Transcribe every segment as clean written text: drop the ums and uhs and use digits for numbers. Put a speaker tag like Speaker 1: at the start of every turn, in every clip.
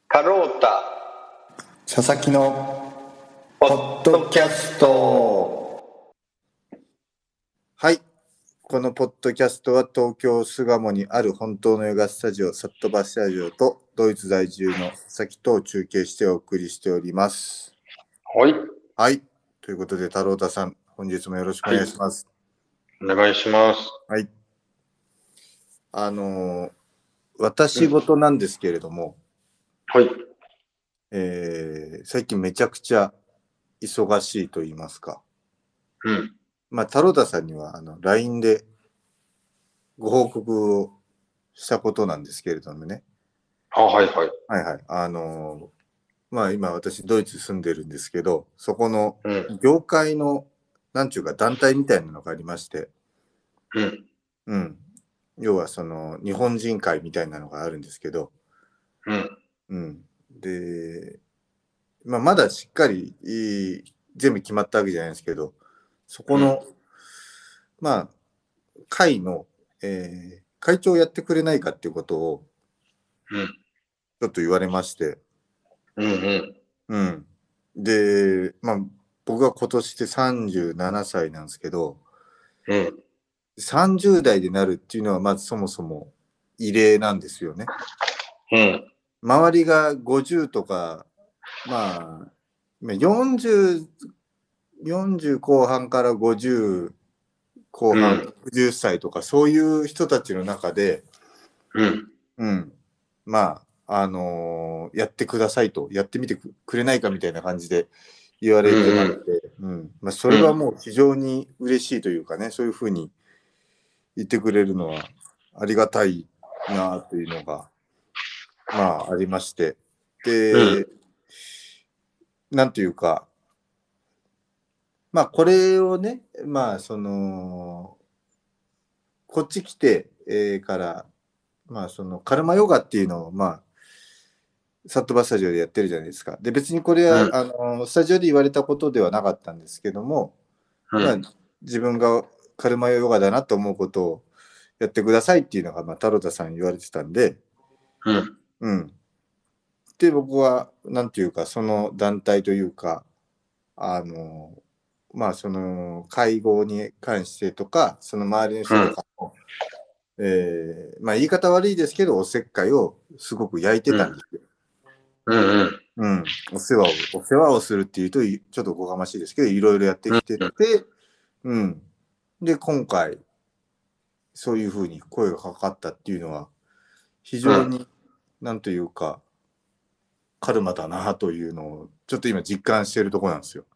Speaker 1: カロータ
Speaker 2: 佐々木のポッドキャスト。はい、このポッドキャストは東京巣鴨にある本当のヨガスタジオサットバスタジオとドイツ在住の佐々木と中継してお送りしております。
Speaker 1: はい、
Speaker 2: はい、ということで太郎太さん、本日もよろしくお願いします。
Speaker 1: お願いします。
Speaker 2: はい、私事なんですけれども、
Speaker 1: はい、
Speaker 2: 最近めちゃくちゃ忙しいと言いますか、太郎太さんにはLINE でご報告をしたことなんですけれどもね。
Speaker 1: はいはい。
Speaker 2: 今私ドイツ住んでるんですけど、そこの
Speaker 1: うん、
Speaker 2: 業界のなんちゅうか団体みたいなのがありまして、要はその日本人会みたいなのがあるんですけど、で、まだしっかり全部決まったわけじゃないんですけど、そこの、会の、会長をやってくれないかっていうことをちょっと言われまして、で、僕は今年で37歳なんですけど、30代でなるっていうのはまずそもそも異例なんですよね。周りが50とか、40後半から50後半、60歳とかそういう人たちの中で、やってくださいと、やってみてくれないかみたいな感じで言われてまして、それはもう非常に嬉しいというかね、そういうふうに言ってくれるのはありがたいなというのが、ありまして、で、なんというか、これをね、こっち来て、から、そのカルマヨガっていうのを、サットバスタジオでやってるじゃないですか。で、別にこれは、スタジオで言われたことではなかったんですけども、自分がカルマヨガだなと思うことをやってくださいっていうのが、太郎太さんに言われてたんで、で、僕は、なんていうか、その団体というか、その会合に関してとか、その周りの人とかも、言い方悪いですけど、おせっかいをすごく焼いてたんですよ。お世話をするっていうと、ちょっとおこがましいですけど、いろいろやってきてて、で、今回、そういうふうに声がかかったっていうのは、非常に、なんというか、カルマだなというのを、ちょっと今実感しているところなんですよ。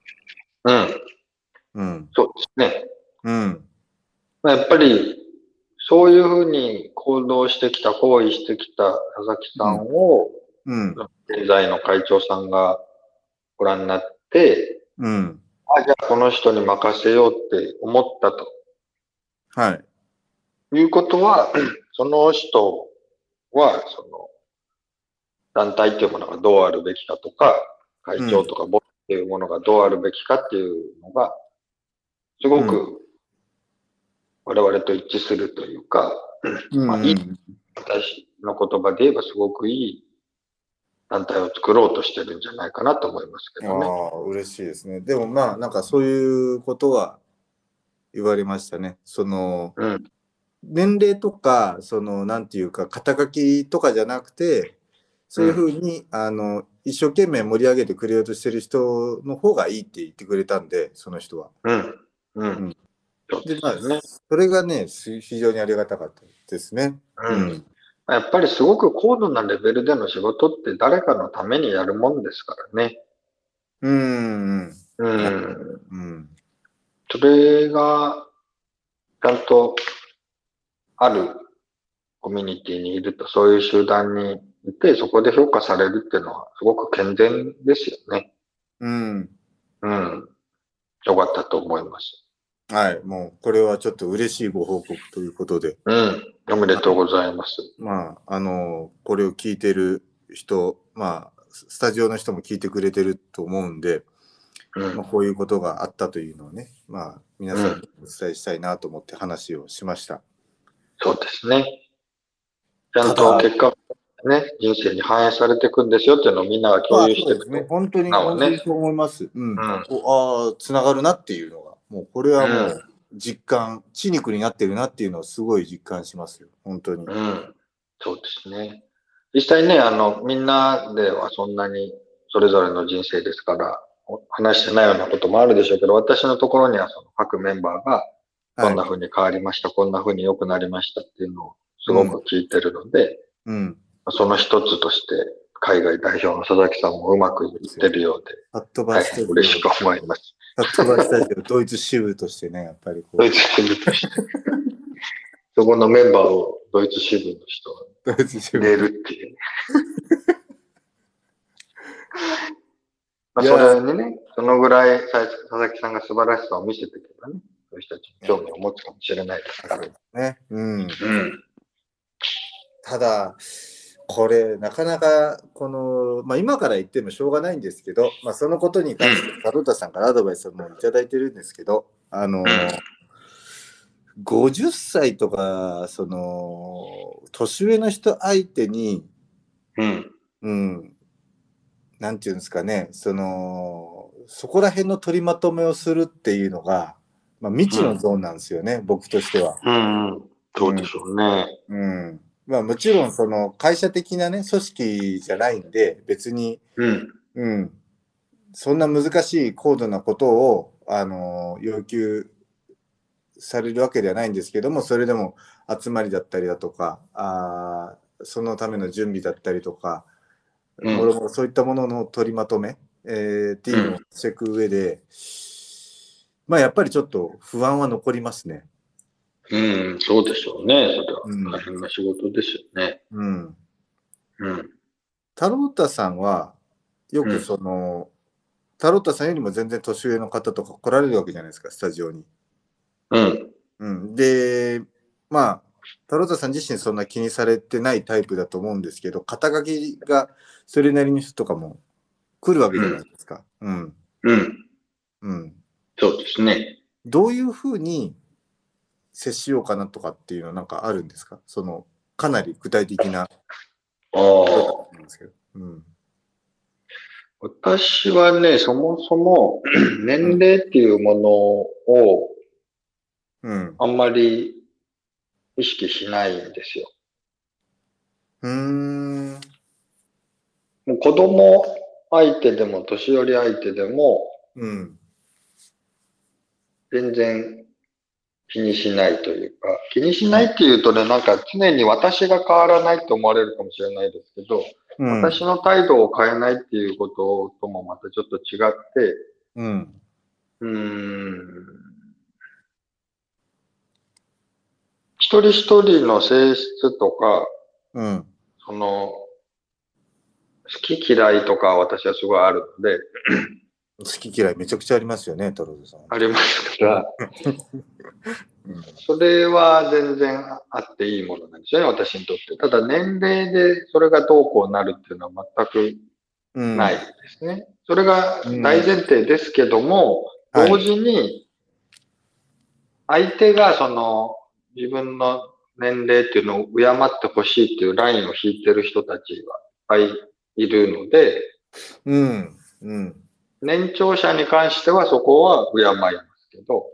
Speaker 1: そうですね。やっぱり、そういうふうに行してきた佐々木さんを、現在の会長さんがご覧になって、じゃあこの人に任せようって思ったと。いうことは、その人は、その、団体というものがどうあるべきかとか、会長とかボスっていうものがどうあるべきかっていうのが、すごく我々と一致するというか、私の言葉で言えばすごくいい団体を作ろうとしてるんじゃないかなと思いますけどね。
Speaker 2: 嬉しいですね。でもなんかそういうことは言われましたね。その、年齢とか、その、なんていうか、肩書きとかじゃなくて、そういうふうに、一生懸命盛り上げてくれようとしてる人の方がいいって言ってくれたんで、その人は。で、それがね、非常にありがたかったですね。
Speaker 1: やっぱりすごく高度なレベルでの仕事って誰かのためにやるもんですからね。それが、ちゃんとあるコミュニティにいると、そういう集団にいて、そこで評価されるっていうのは、すごく健全ですよね。よかったと思います。
Speaker 2: はい、もう、これはちょっと嬉しいご報告ということで。
Speaker 1: おめでとうございます。
Speaker 2: これを聞いてる人、スタジオの人も聞いてくれてると思うんで、こういうことがあったというのをね、皆さんにお伝えしたいなと思って話をしました。
Speaker 1: そうですね。ちゃんと結果をね、人生に反映されていくんですよっていうのをみんなが共有していくと。
Speaker 2: ね、本当にそう思います。つながるなっていうのが、もうこれはもう実感、血肉になってるなっていうのをすごい実感しますよ、本当に。
Speaker 1: そうですね。実際ね、みんなではそんなにそれぞれの人生ですから、話してないようなこともあるでしょうけど、私のところにはその各メンバーが、こんな風に変わりました、こんな風に良くなりましたっていうのをすごく聞いてるので、その一つとして、海外代表の佐々木さんもうまくいってるようで、嬉しく思います。
Speaker 2: かっ飛ばしたけど、ドイツ支部としてね、やっぱり
Speaker 1: ドイツ支部として。そこのメンバーをドイツ支部の人が入れるっていう。それにね、そのぐらい佐々木さんが素晴らしさを見せていけばね、そういう人たちに興味を持つかもしれないですから。
Speaker 2: ね。ただ、これ、なかなか、今から言ってもしょうがないんですけど、そのことに関して、門田さんからアドバイスをもいただいてるんですけど、50歳とか、年上の人相手に、なんていうんですかね、そこら辺の取りまとめをするっていうのが、未知のゾーンなんですよね、僕としては。
Speaker 1: そうでしょうね。
Speaker 2: もちろん会社的なね、組織じゃないんで、別に、そんな難しい高度なことを、要求されるわけではないんですけども、それでも集まりだったりだとか、そのための準備だったりとか、もろもろそういったものの取りまとめ、っていうのをしていく上で、やっぱりちょっと不安は残りますね。
Speaker 1: そうでしょうね。それは大変な仕事ですよね。
Speaker 2: 太郎太さんは、よく太郎太さんよりも全然年上の方とか来られるわけじゃないですか、スタジオに。で、太郎太さん自身そんな気にされてないタイプだと思うんですけど、肩書きがそれなりの人とかも来るわけじゃないですか。
Speaker 1: そうですね。
Speaker 2: どういうふうに接しようかなとかっていうのはなんかあるんですか？かなり具体的な。
Speaker 1: 私はね、そもそも年齢っていうものをあんまり意識しないんですよ。もう子供相手でも年寄り相手でも、全然気にしないというか、気にしないっていうとね、なんか常に私が変わらないと思われるかもしれないですけど、私の態度を変えないっていうことともまたちょっと違って、一人一人の性質とか、好き嫌いとか私はすごいあるので、
Speaker 2: 好き嫌いめちゃくちゃありますよね、太郎さん。
Speaker 1: ありますから、それは全然あっていいものなんですよね、私にとって。ただ年齢でそれがどうこうなるっていうのは全くないですね。それが大前提ですけども、同時に相手が自分の年齢っていうのを敬ってほしいっていうラインを引いてる人たちがいっぱいいるので、年長者に関してはそこは敬いますけど。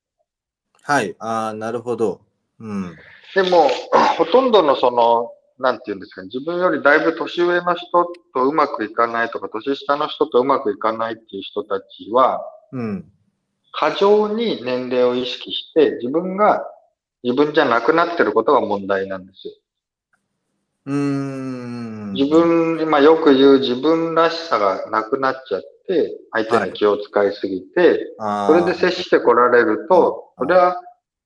Speaker 2: なるほど。
Speaker 1: でも、ほとんどのなんていうんですかね、自分よりだいぶ年上の人とうまくいかないとか、年下の人とうまくいかないっていう人たちは、過剰に年齢を意識して、自分が自分じゃなくなってることが問題なんですよ。自分、よく言う自分らしさがなくなっちゃって、相手に気を使いすぎて、それで接してこられると、それは、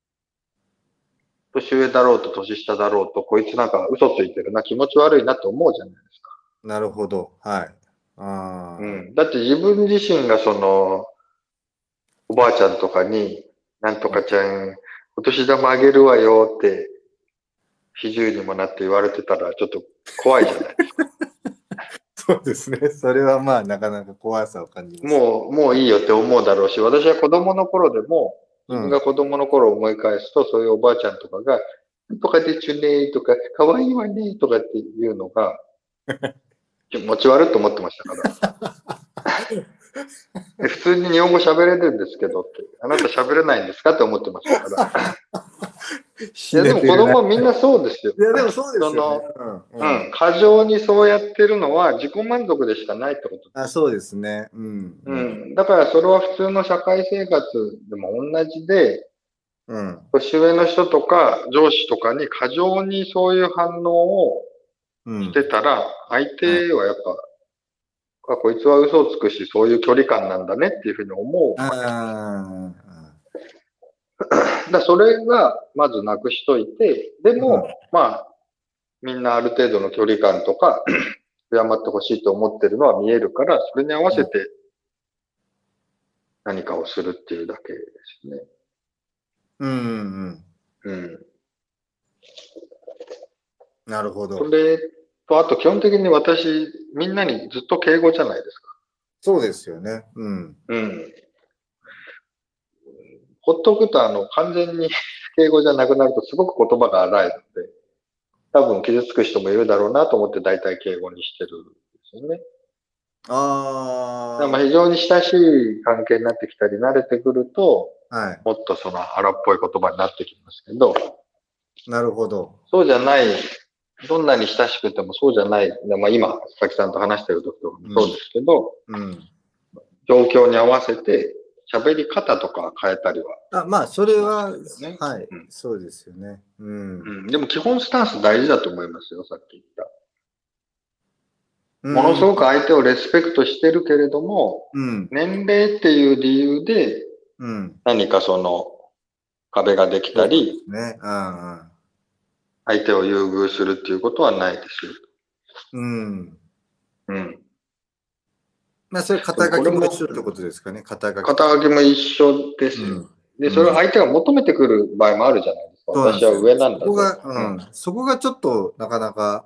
Speaker 1: 年上だろうと年下だろうと、こいつなんか嘘ついてるな、気持ち悪いなと思うじゃないですか。
Speaker 2: なるほど。
Speaker 1: だって自分自身がおばあちゃんとかに、なんとかちゃん、お年玉あげるわよって、40にもなって言われてたらちょっと怖いじゃないですか。
Speaker 2: そうですね。それはなかなか怖さを感じます。
Speaker 1: もういいよって思うだろうし、私は子供の頃でも、自分が子供の頃を思い返すと、そういうおばあちゃんとかが、 とかでちゅねーとか、かわいいわねとかっていうのが、気持ち悪いと思ってましたから。普通に日本語喋れるんですけどって、あなた喋れないんですかって思ってましたから。いや、でも子供はみんなそうですよ。
Speaker 2: いや、でもそうですよね。
Speaker 1: 過剰にそうやってるのは自己満足でしかないってことです。
Speaker 2: そうですね。
Speaker 1: だからそれは普通の社会生活でも同じで、年上の人とか上司とかに過剰にそういう反応をしてたら、相手はやっぱ、こいつは嘘をつくし、そういう距離感なんだねっていうふうに思う。だそれがまずなくしといて、でも、まあ、みんなある程度の距離感とか、敬ってほしいと思ってるのは見えるから、それに合わせて何かをするっていうだけですね。
Speaker 2: なるほど。
Speaker 1: それと、あと基本的に私、みんなにずっと敬語じゃないですか。
Speaker 2: そうですよね。
Speaker 1: ほっとくと、完全に敬語じゃなくなると、すごく言葉が荒いので、多分傷つく人もいるだろうなと思って大体敬語にしてるんですよね。非常に親しい関係になってきたり、慣れてくると、もっとその荒っぽい言葉になってきますけど、
Speaker 2: なるほど。
Speaker 1: そうじゃない、どんなに親しくてもそうじゃない、今、佐々木さんと話してる時とかもそうですけど、状況に合わせて喋り方とか変えたりは。
Speaker 2: それは、そうですよね。
Speaker 1: でも基本スタンス大事だと思いますよ、さっき言った。ものすごく相手をレスペクトしてるけれども、年齢っていう理由で、何かその壁ができたり、相手を優遇するっていうことはないですよ。
Speaker 2: それ肩書きも一緒ってことですかね、肩書き。
Speaker 1: 肩書きも一緒ですよ。で、それを相手が求めてくる場合もあるじゃないですか。私は上なんだと。
Speaker 2: そこがちょっとなかなか、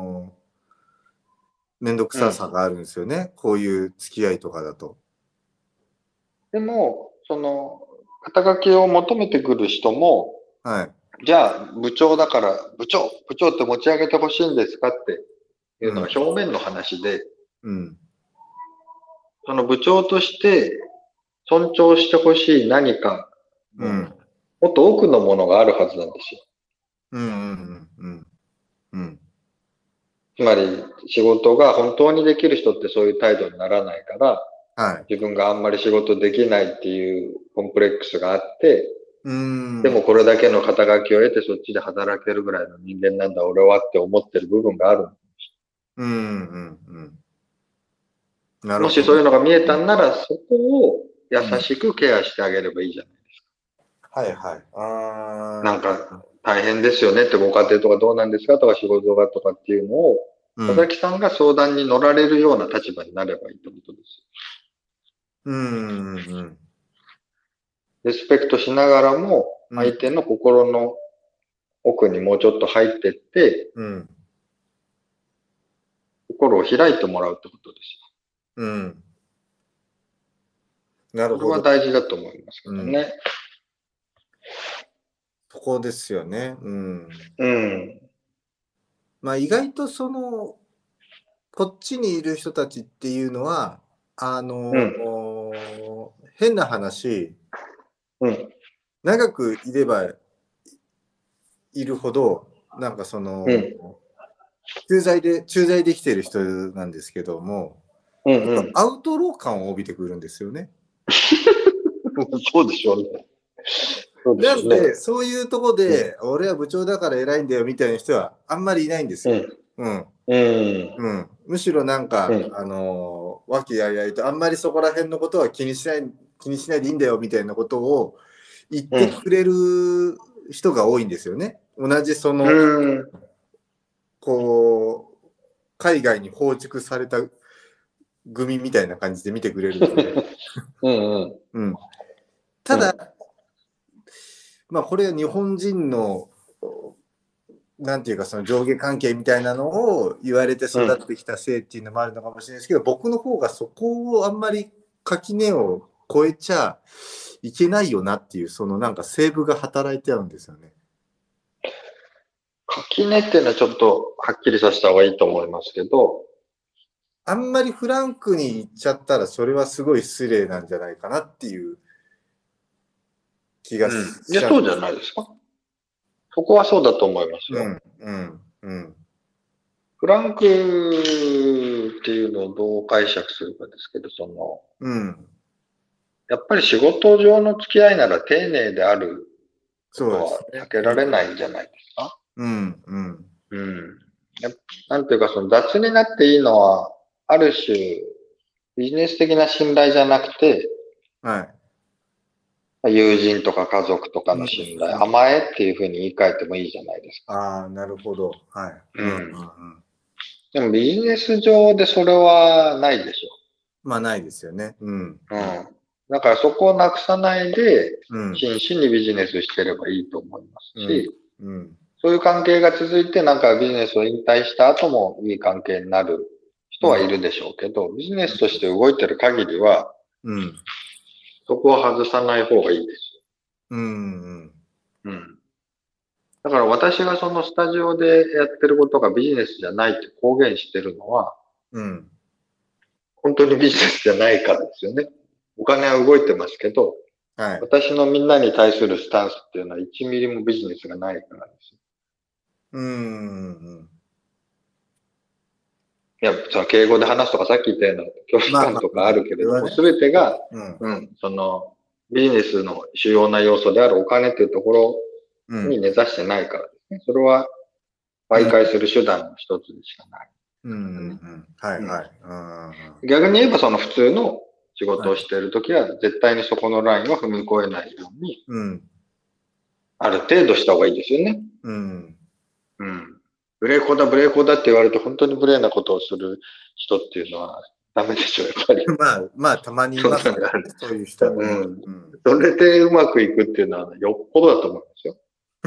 Speaker 2: めんどくささがあるんですよね。こういう付き合いとかだと。
Speaker 1: でも、その、肩書きを求めてくる人も、じゃあ、部長だから、部長って持ち上げてほしいんですかっていうのは表面の話で、その部長として尊重してほしい何か、もっと多くのものがあるはずなんですよ。つまり、仕事が本当にできる人ってそういう態度にならないから、自分があんまり仕事できないっていうコンプレックスがあって、でもこれだけの肩書きを得てそっちで働けるぐらいの人間なんだ俺はって思ってる部分があるんです。もしそういうのが見えたんなら、そこを優しくケアしてあげればいいじゃないですか。なんか大変ですよねってご家庭とかどうなんですかとか仕事がとかっていうのを、佐々木さんが相談に乗られるような立場になればいいってことです。リスペクトしながらも、相手の心の奥にもうちょっと入ってって、心を開いてもらうってことですよ。なるほど。これは大事だと思いますけどね。
Speaker 2: そこですよね。意外とその、こっちにいる人たちっていうのは、変な話、長くいればいるほど、なんかその、駐在できてる人なんですけども、アウトロー感を帯びてくるんですよね。
Speaker 1: そうでしょうね。
Speaker 2: なんで、そういうとこで、俺は部長だから偉いんだよみたいな人はあんまりいないんですよ。むしろなんか、和気あいあいと、あんまりそこら辺のことは気にしないでいいんだよみたいなことを言ってくれる人が多いんですよね。同じその、こう、海外に放逐された組みたいな感じで見てくれるので。ただ、これは日本人の、なんていうかその上下関係みたいなのを言われて育ってきたせいっていうのもあるのかもしれないですけど、僕の方がそこをあんまり垣根を越えちゃいけないよなっていう、そのなんかセーブが働いてあるんですよね。
Speaker 1: 垣根っていうのはちょっとはっきりさせた方がいいと思いますけど、
Speaker 2: あんまりフランクに言っちゃったら、それはすごい失礼なんじゃないかなっていう気がし
Speaker 1: いや、そうじゃないですか。そこはそうだと思いますよ。フランクっていうのをどう解釈するかですけど、やっぱり仕事上の付き合いなら丁寧であることは避けられないんじゃないですか。なんていうか、その雑になっていいのは、ある種、ビジネス的な信頼じゃなくて、友人とか家族とかの信頼、甘えっていうふうに言い換えてもいいじゃないですか。
Speaker 2: ああ、なるほど。はい。
Speaker 1: でもビジネス上でそれはないでしょ。
Speaker 2: まあないですよね。
Speaker 1: だからそこをなくさないで、真摯にビジネスしてればいいと思いますし、そういう関係が続いて、なんかビジネスを引退した後もいい関係になる人はいるでしょうけど、ビジネスとして動いてる限りは、そこは外さない方がいいですよ。だから私がそのスタジオでやってることがビジネスじゃないって公言してるのは、本当にビジネスじゃないからですよね。お金は動いてますけど、私のみんなに対するスタンスっていうのは1ミリもビジネスがないからですよ。いや、その敬語で話すとかさっき言ったような教師感とかあるけれども、すべてが、そのビジネスの主要な要素であるお金っていうところに根ざしてないからですね。それは媒介する手段の一つでしかない。逆に言えばその普通の仕事をしているときは絶対にそこのラインを踏み越えないように、ある程度した方がいいですよね。ブレーコーだ、ブレーコーだって言われて本当に無礼なことをする人っていうのはダメでしょ、やっぱり。
Speaker 2: まあ、たまにいますね。そういう人は。
Speaker 1: それでうまくいくっていうのはよっぽどだと思いますよ。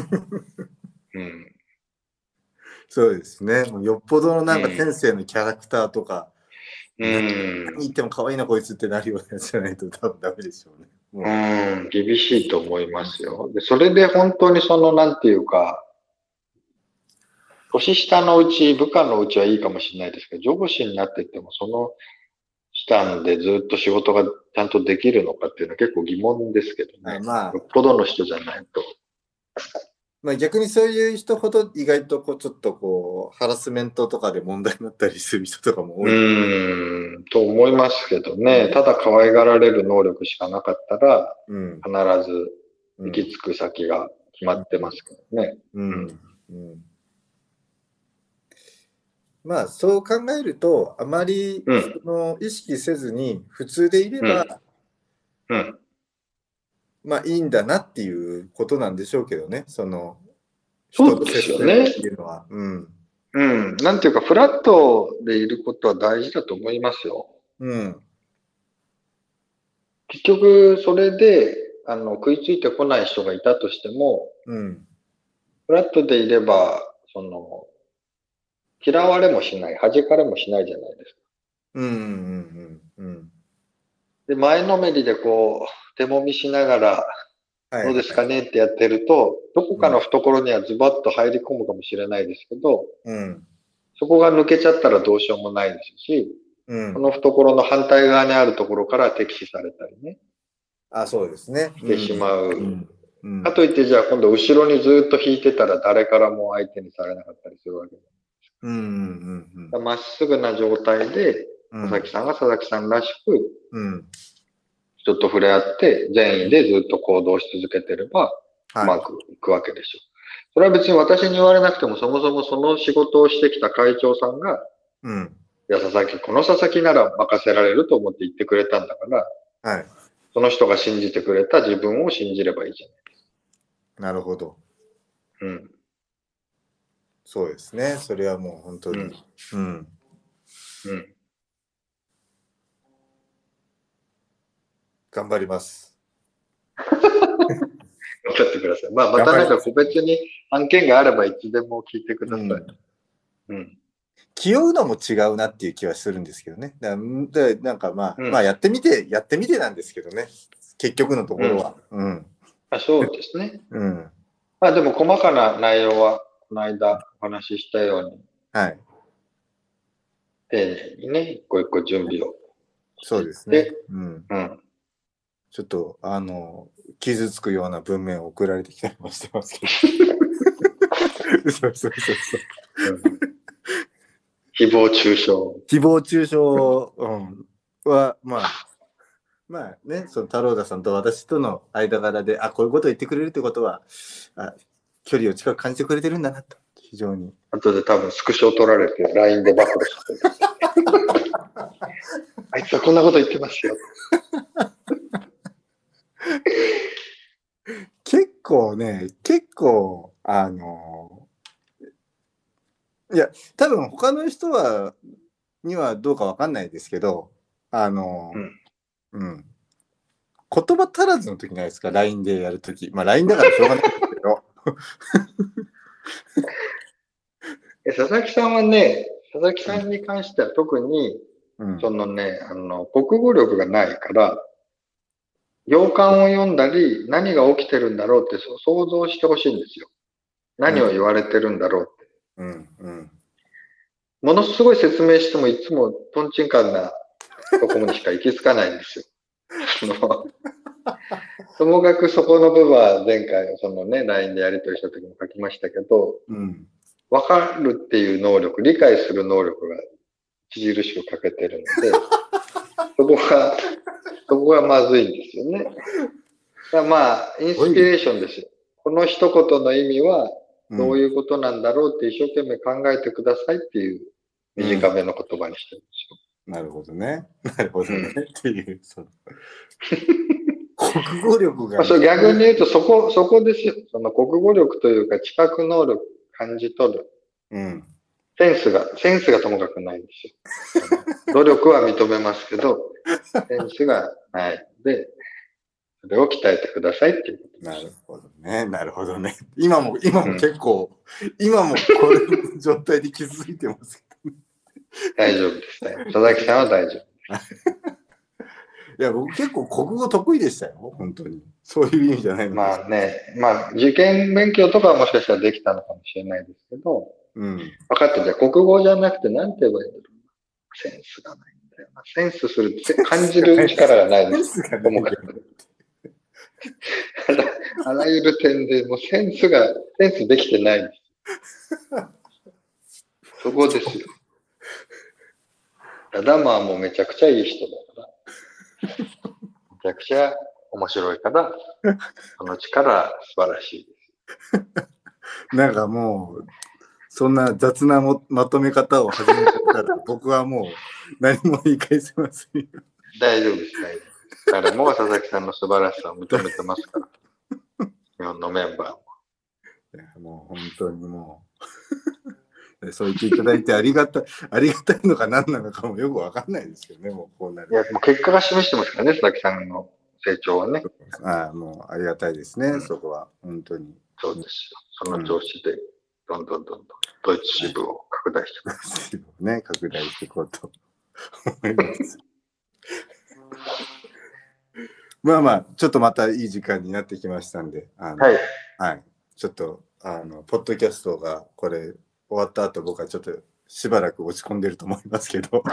Speaker 2: そうですね。よっぽどのなんか天性のキャラクターとか、何言っても可愛いなこいつってなるようなやつじゃないと多分ダメでしょう
Speaker 1: ね。厳しいと思いますよ。で、それで本当にそのなんていうか、年下のうち、部下のうちはいいかもしれないですけど、上司になっていってもその下でずっと仕事がちゃんとできるのかっていうのは結構疑問ですけどね。よっぽどの人じゃないと。
Speaker 2: 逆にそういう人ほど意外とちょっとハラスメントとかで問題になったりする人とかも多い。
Speaker 1: と思いますけどね。ただ可愛がられる能力しかなかったら、必ず行き着く先が決まってますけどね。
Speaker 2: まあそう考えるとあまり意識せずに普通でいれば、まあいいんだなっていうことなんでしょうけどね、その
Speaker 1: 人と接するっていうのは。なんていうかフラットでいることは大事だと思いますよ。結局それで食いついてこない人がいたとしても、フラットでいれば嫌われもしない、弾かれもしないじゃないですか。で、前のめりで手もみしながら、どうですかねってやってると、どこかの懐にはズバッと入り込むかもしれないですけど、そこが抜けちゃったらどうしようもないですし、その懐の反対側にあるところから敵視されたりね。
Speaker 2: そうですね。
Speaker 1: してしまう。かといってじゃあ今度後ろにずっと引いてたら誰からも相手にされなかったりするわけです。まっすぐな状態で、佐々木さんが佐々木さんらしく、人と触れ合って善意でずっと行動し続けてれば、うまくいくわけでしょう。それは別に私に言われなくても、そもそもその仕事をしてきた会長さんが、いや、この佐々木なら任せられると思って言ってくれたんだから、その人が信じてくれた自分を信じればいいじゃないですか。
Speaker 2: なるほど。そうですね。それはもう本当に。頑張ります。
Speaker 1: 頑張ってください。またなんか個別に案件があればいつでも聞いてください。
Speaker 2: 気負うのも違うなっていう気はするんですけどね。なんかまあやってみてなんですけどね。結局のところは。
Speaker 1: そうですね。まあでも細かな内容はこの間お話ししたように、
Speaker 2: はい。
Speaker 1: 丁寧にね、一個一個準備を。
Speaker 2: そうですね。
Speaker 1: うん。
Speaker 2: ちょっと、傷つくような文面を送られてきたりもしてますけど。そう。
Speaker 1: 誹謗中傷。
Speaker 2: 誹謗中傷、は、まあね、その太郎田さんと私との間柄で、こういうことを言ってくれるってことは、距離を近く感じてくれてるんだなと、非常に。
Speaker 1: 後で多分スクショ取られて LINE で暴露してる。あいつはこんなこと言ってますよ。
Speaker 2: 結構、いや、多分他の人にはどうかわかんないですけど、言葉足らずの時ないですか、LINE でやるとき。LINE だからしょうがないですけど。
Speaker 1: 佐々木さんはね、佐々木さんに関しては特に、そのね、国語力がないから、行間を読んだり、何が起きてるんだろうって想像してほしいんですよ。何を言われてるんだろうって。ものすごい説明してもいつもトンチンカンなところにしか行き着かないんですよ。ともかくそこの部分は前回、そのね、LINE でやり取りした時も書きましたけど、分かるっていう能力、理解する能力が著しく欠けてるので、そこがまずいんですよね。インスピレーションですよ。この一言の意味はどういうことなんだろうって一生懸命考えてくださいっていう短めの言葉にしてるんですよ。
Speaker 2: なるほどね。っていう。国語力が。
Speaker 1: 逆に言うとそこですよ。その国語力というか知覚能力、感じ取る。センスがともかくないんですよ。努力は認めますけど、センスがないので、それを鍛えてくださいっていうことです。
Speaker 2: なるほどね。今も結構、今もこれの状態で気づいてますけど、
Speaker 1: 大丈夫ですね。佐々木さんは大丈夫。
Speaker 2: いや、僕結構国語得意でしたよ、本当に。そういう意味じゃないの
Speaker 1: 受験勉強とかはもしかしたらできたのかもしれないですけど、分かった。じゃあ国語じゃなくて何て言えばいいんだろう。センスがないんだよな。センスするって感じる力がないです。あらゆる点でもうセンスできてないんです。そこですよ。ダダマはもうめちゃくちゃいい人だから。めちゃくちゃ面白いから、その力素晴らしいです。
Speaker 2: なんかもう、そんな雑なまとめ方を始めたら、僕はもう何も言い返せませんよ。
Speaker 1: 大丈夫です、大丈夫です。彼も佐々木さんの素晴らしさを認めてますから。日本のメンバーも。
Speaker 2: いやもう本当にもうそう言っていただいてありがたいのか何なのかもよくわかんないですけどね、もうこうなる。
Speaker 1: いや、もう結果が示してますからね、佐々木さんの成長はね。
Speaker 2: もうありがたいですね、そこは。本当に。
Speaker 1: そうですよ。その調子で、どんどんドイツ支部を拡大していく。
Speaker 2: ね、拡大していこうと思います。ちょっとまたいい時間になってきましたんで、ちょっと、ポッドキャストがこれ終わった後、僕はちょっとしばらく落ち込んでると思いますけど。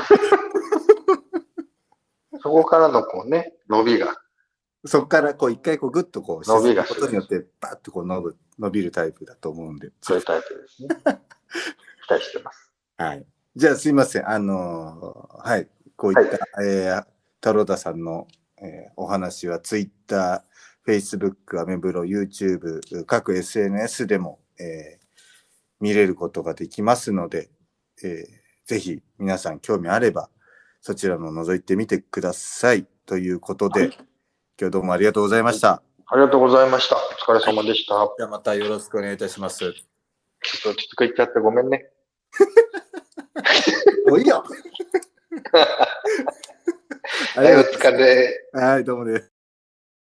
Speaker 1: そこからの伸びが。
Speaker 2: そこから一回グッと
Speaker 1: 伸びが
Speaker 2: ことによって、バッと伸びるタイプだと思うんで。
Speaker 1: そういうタイプですね。期待してます。
Speaker 2: はい。じゃあすいません。こういった、太郎田さんのお話は Twitter、Facebook、アメブロ、YouTube、各 SNS でも、見れることができますので、ぜひ皆さん興味あればそちらも覗いてみてくださいということで、今日どうもありがとうございました。
Speaker 1: ありがとうございました。お疲れ様でした。
Speaker 2: じゃあまたよろしくお願いいたします。
Speaker 1: ちょっと言っちゃってごめんね。
Speaker 2: もういいよ。
Speaker 1: はい、お疲れ。
Speaker 2: はい、どうもです。